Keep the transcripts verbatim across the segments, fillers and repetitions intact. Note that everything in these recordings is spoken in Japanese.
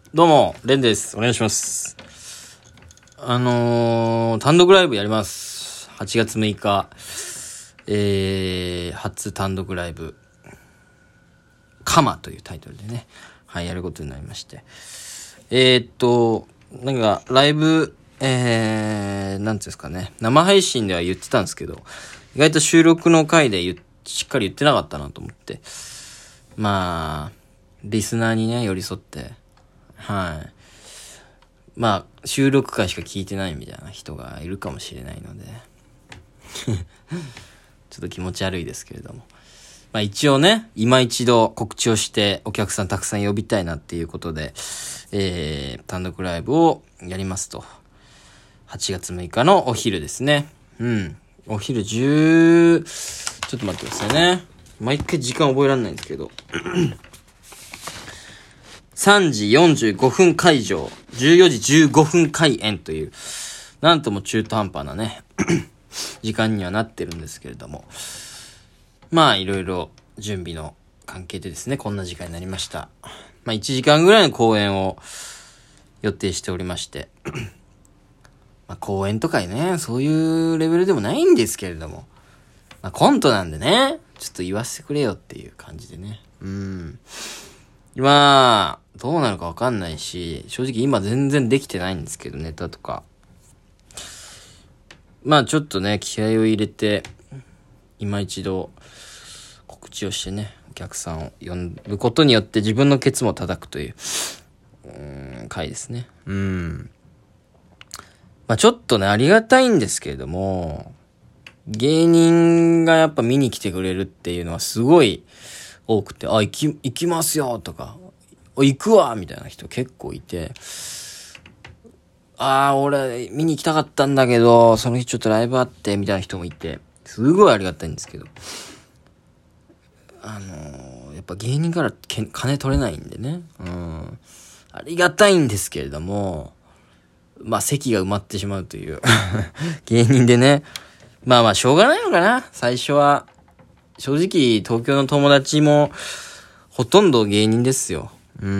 どうも、レンです。お願いします。あのー、単独ライブやります。はちがつむいか、えー、初単独ライブ、カマというタイトルでね、はい、やることになりまして。えーっと、なんか、ライブ、えー、なんていうんですかね、生配信では言ってたんですけど、意外と収録の回で言しっかり言ってなかったなと思って、まあ、リスナーにね、寄り添って、はい。まあ、収録回しか聞いてないみたいな人がいるかもしれないので、ちょっと気持ち悪いですけれども。まあ一応ね、今一度告知をしてお客さんたくさん呼びたいなっていうことで、えー、単独ライブをやりますと。はちがつむいかのお昼ですね。うん。お昼じゅう、ちょっと待ってくださいね。毎回時間覚えられないんですけど。さんじよんじゅうごふん会場、じゅうよじじゅうごふん開演という、なんとも中途半端なね、時間にはなってるんですけれども。まあ、いろいろ準備の関係でですね、こんな時間になりました。まあ、いちじかんぐらいの公演を予定しておりまして。まあ、公演とかね、そういうレベルでもないんですけれども。まあ、コントなんでね、ちょっと言わせてくれよっていう感じでね。うん。まあ、どうなるかわかんないし、正直今全然できてないんですけど、ネタとか。まあちょっとね、気合を入れて、今一度告知をしてね、お客さんを呼ぶことによって自分のケツも叩くという、うーん、回ですね。うん。まあちょっとね、ありがたいんですけれども、芸人がやっぱ見に来てくれるっていうのはすごい多くて、あ、行き、行きますよとか、行くわみたいな人結構いて、ああ、俺見に行きたかったんだけど、その日ちょっとライブあってみたいな人もいて、すごいありがたいんですけど、あのー、やっぱ芸人からけ金取れないんでね、うん、ありがたいんですけれども、まあ席が埋まってしまうという芸人でね、まあまあしょうがないのかな。最初は正直東京の友達もほとんど芸人ですよ。うん。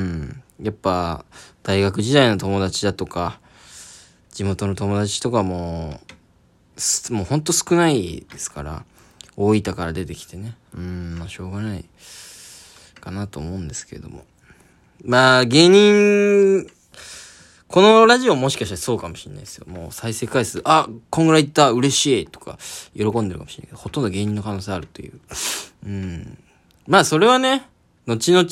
やっぱ大学時代の友達だとか地元の友達とかももうほんと少ないですから、大分から出てきてね、うん、まあしょうがないかなと思うんですけれども、まあ芸人、このラジオもしかしたらそうかもしれないですよ。もう再生回数、あ、こんぐらいいった嬉しいとか喜んでるかもしれないけど、ほとんど芸人の可能性あるという。うん。まあそれはね、後々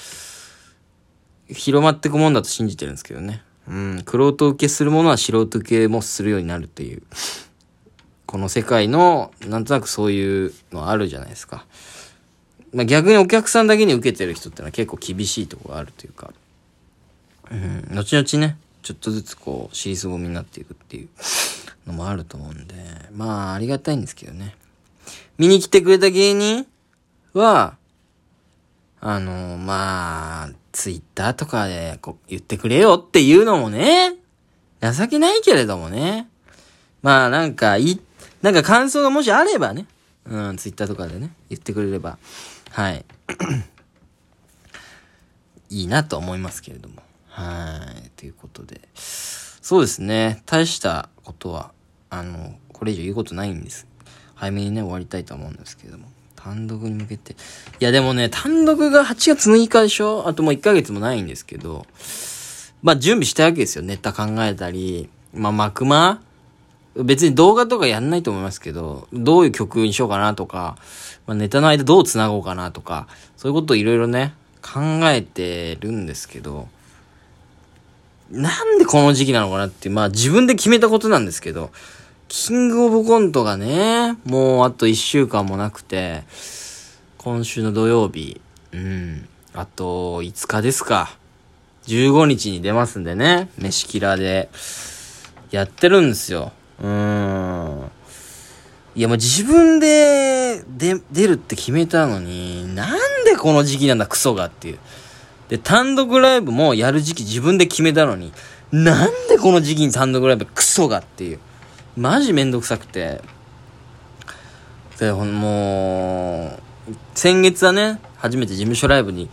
広まっていくもんだと信じてるんですけどね。うん。玄人受けするものは素人受けもするようになるという。この世界のなんとなくそういうのあるじゃないですか。まあ逆にお客さんだけに受けてる人ってのは結構厳しいところがあるというか。うん、後々ね、ちょっとずつこう、尻すぼみになっていくっていうのもあると思うんで、まあ、ありがたいんですけどね。見に来てくれた芸人は、あの、まあ、ツイッターとかでこう言ってくれよっていうのもね、情けないけれどもね。まあ、なんか、い、なんか感想がもしあればね、うん、ツイッターとかでね、言ってくれれば、はい。いいなと思いますけれども。はい。ということで。そうですね。大したことは、あの、これ以上言うことないんです。早めにね、終わりたいと思うんですけれども。単独に向けて。いや、でもね、単独がはちがつむいかでしょ？あともういっかげつもないんですけど。まあ、準備したわけですよ。ネタ考えたり。まあ、幕間別に動画とかやんないと思いますけど、どういう曲にしようかなとか、まあ、ネタの間どう繋ごうかなとか、そういうことをいろいろね、考えてるんですけど、なんでこの時期なのかなって、まあ自分で決めたことなんですけど、キングオブコントがね、もうあといっしゅうかんもなくて、今週の土曜日、うん、あといつかですか。じゅうごにちに出ますんでね、飯キラでやってるんですよ。うーん。いやもう自分でで出るって決めたのに、なんでこの時期なんだクソがっていう。で、単独ライブもやる時期自分で決めたのに、なんでこの時期に単独ライブクソがっていう。マジめんどくさくて。で、ほん、もう、先月はね、初めて事務所ライブに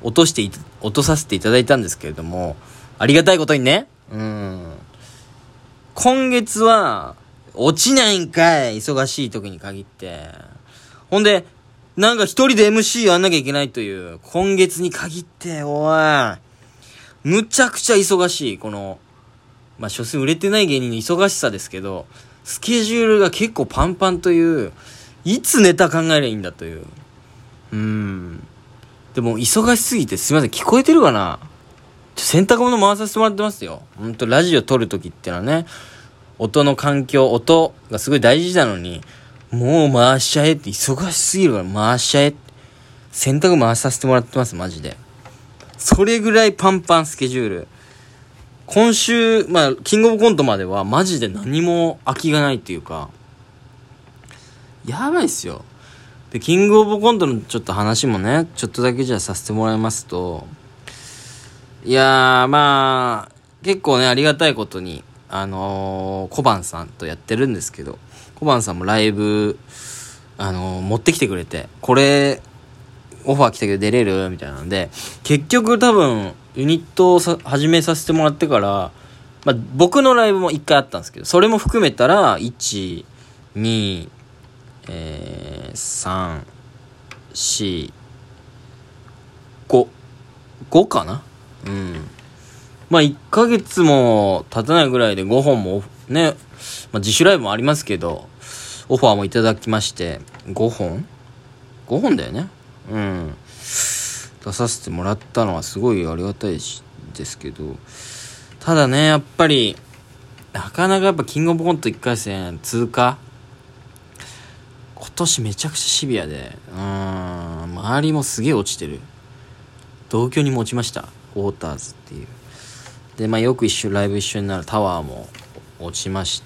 落としてい、落とさせていただいたんですけれども、ありがたいことにね、うん。今月は、落ちないんかい、忙しい時に限って。ほんで、なんか一人で エムシー やんなきゃいけないという、今月に限って、おい、むちゃくちゃ忙しい、この、まあ、所詮売れてない芸人の忙しさですけど、スケジュールが結構パンパンという、いつネタ考えりゃいいんだという。うーん。でも、忙しすぎてすいません、聞こえてるかな？洗濯物回させてもらってますよ。ほんと、ラジオ撮るときってのはね、音の環境、音がすごい大事なのに、もう回しちゃえって、忙しすぎるから回しちゃえって。洗濯回させてもらってます、マジで。それぐらいパンパンスケジュール。今週、まあ、キングオブコントまではマジで何も空きがないっていうか、やばいっすよ。で、キングオブコントのちょっと話もね、ちょっとだけじゃあさせてもらいますと、いやー、まあ、結構ね、ありがたいことに、あのー、小判さんとやってるんですけど、小判さんもライブ、あのー、持ってきてくれて、これ、オファー来たけど出れるみたいなんで、結局多分、ユニットをさ始めさせてもらってから、まあ、僕のライブも一回あったんですけど、それも含めたら、いち、に、えー、さん、し、ご、ごかな？うん。まあ、いっかげつも経たないぐらいでごほんもね、まあ、自主ライブもありますけど、オファーもいただきまして、ごほん ?ご 本だよね。うん。出させてもらったのはすごいありがたいですけど、ただね、やっぱり、なかなかやっぱキングオブコントいっかい戦通過、今年めちゃくちゃシビアで、うーん、周りもすげえ落ちてる。同居にも落ちました。ウォーターズっていう。で、まあよく一緒、ライブ一緒になるタワーも落ちまして、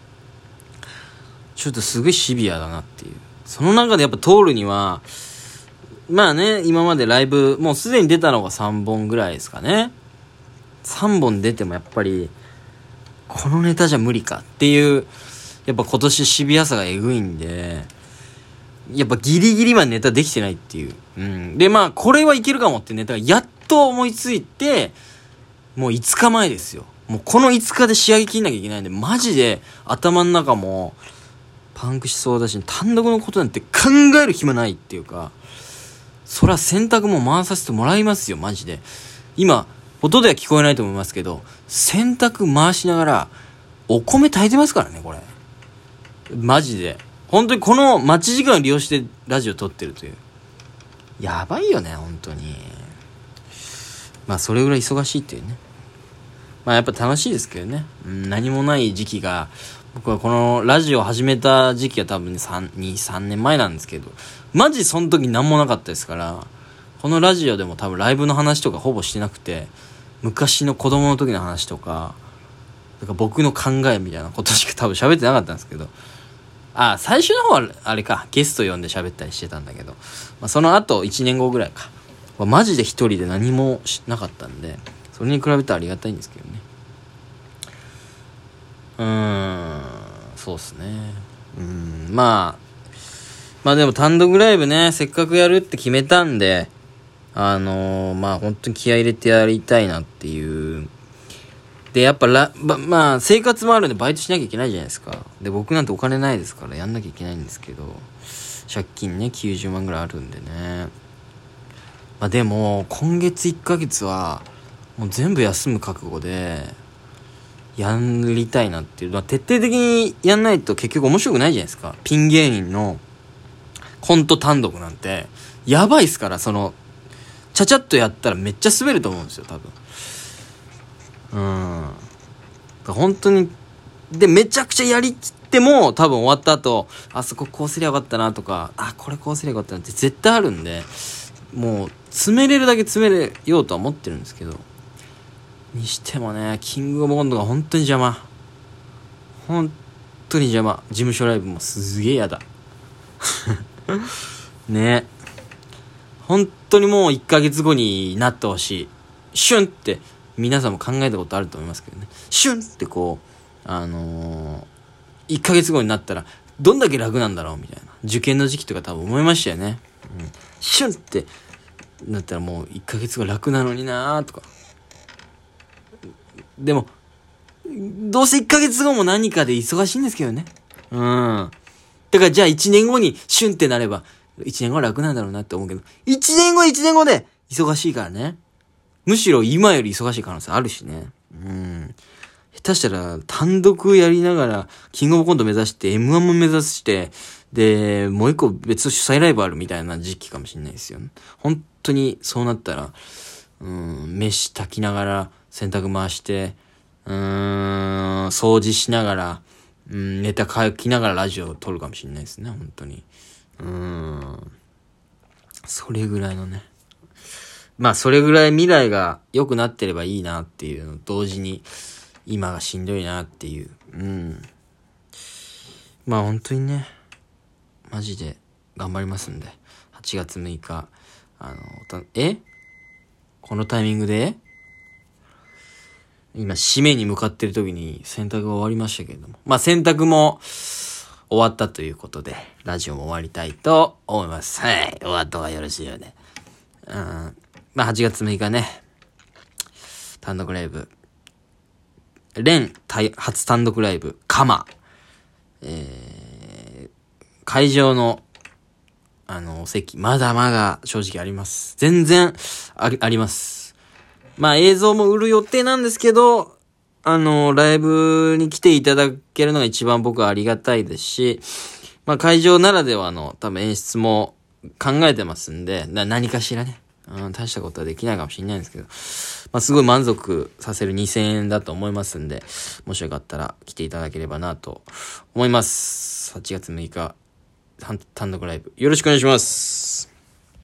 ちょっとすごいシビアだなっていう。その中でやっぱ通るには、まあね、今までライブ、もうすでに出たのがさんぼんぐらいですかね。さんぼん出てもやっぱり、このネタじゃ無理かっていう、やっぱ今年シビアさがえぐいんで、やっぱギリギリまでネタできてないっていう。うん。で、まあ、これはいけるかもってネタがやっと思いついて、もういつかまえですよ。もうこのいつかで仕上げきんなきゃいけないんで、マジで頭の中もパンクしそうだし、単独のことなんて考える暇ないっていうか、そら洗濯も回させてもらいますよ、マジで。今、音では聞こえないと思いますけど、洗濯回しながら、お米炊いてますからね、これ。マジで。本当にこの待ち時間を利用してラジオ撮ってるという。やばいよね、本当に。まあ、それぐらい忙しいっていうね。まあ、やっぱ楽しいですけどね。うん、何もない時期が、僕はこのラジオ始めた時期は多分に、さんねんまえなんですけど、マジその時何もなかったですから、このラジオでも多分ライブの話とかほぼしてなくて、昔の子供の時の話とか、だから僕の考えみたいなことしか多分喋ってなかったんですけど、あ、最初の方はあれか、ゲスト呼んで喋ったりしてたんだけど、まあ、その後いちねんごぐらいか、マジで一人で何もしなかったんで、それに比べたらありがたいんですけどね。うーん、そうっすね。うーん、まあ、まあでも単独ライブね、せっかくやるって決めたんで、あのー、まあ本当に気合い入れてやりたいなっていう。で、やっぱら、ま、まあ生活もあるんでバイトしなきゃいけないじゃないですか。で、僕なんてお金ないですからやんなきゃいけないんですけど、借金ね、きゅうじゅうまんぐらいあるんでね。まあでも、今月いっかげつは、もう全部休む覚悟で、やりたいなっていう。まあ、徹底的にやんないと結局面白くないじゃないですか。ピン芸人のコント単独なんて、やばいっすから、その、ちゃちゃっとやったらめっちゃ滑ると思うんですよ、多分。うん。本当に、で、めちゃくちゃやりきっても、多分終わった後、あそここうすりゃよかったなとか、あ、これこうすりゃよかったなって絶対あるんで、もう、詰めれるだけ詰めれようとは思ってるんですけど、にしてもね、キングオブコントが本当に邪魔。本当に邪魔。事務所ライブもすげえやだ。ね。本当にもういっかげつごになってほしい。シュンって皆さんも考えたことあると思いますけどね。シュンってこう、あのー、いっかげつごになったらどんだけ楽なんだろうみたいな。受験の時期とか多分思いましたよね。うん、シュンってだったらもういっかげつが楽なのになーとか。でも、どうせいっかげつごも何かで忙しいんですけどね。うん。だからじゃあいちねんごにシュンってなれば、いちねんごは楽なんだろうなって思うけど、いちねんごいちねんごで忙しいからね。むしろ今より忙しい可能性あるしね。うん。下手したら単独やりながら、キングオブコント目指して、エムワン も目指して、で、もう一個別の主催ライブあるみたいな時期かもしれないですよね。本当にそうなったら、うん、飯炊きながら洗濯回して、うーん、掃除しながら、うん、ネタ書きながらラジオを撮るかもしれないですね、本当に。うーん。それぐらいのね。まあ、それぐらい未来が良くなってればいいなっていうのと同時に、今がしんどいなっていう。うん。まあ、本当にね、マジで頑張りますんで。はちがつむいか、あの、えこのタイミングで今、締めに向かってる時に洗濯が終わりましたけれども。まあ、洗濯も終わったということで、ラジオも終わりたいと思います。はい。終わった方がよろしいよね。うん。まあ、はちがつむいかね、単独ライブ。レン初単独ライブ、カマ。えー、会場の、あの、お席、まだまだ正直あります。全然あり、あります。まあ映像も売る予定なんですけど、あの、ライブに来ていただけるのが一番僕はありがたいですし、まあ会場ならではの多分演出も考えてますんで、な何かしらね、うん、大したことはできないかもしれないんですけど、まあすごい満足させるにせんえんだと思いますんで、もしよかったら来ていただければなと思います。はちがつむいか、単独ライブよろしくお願いします。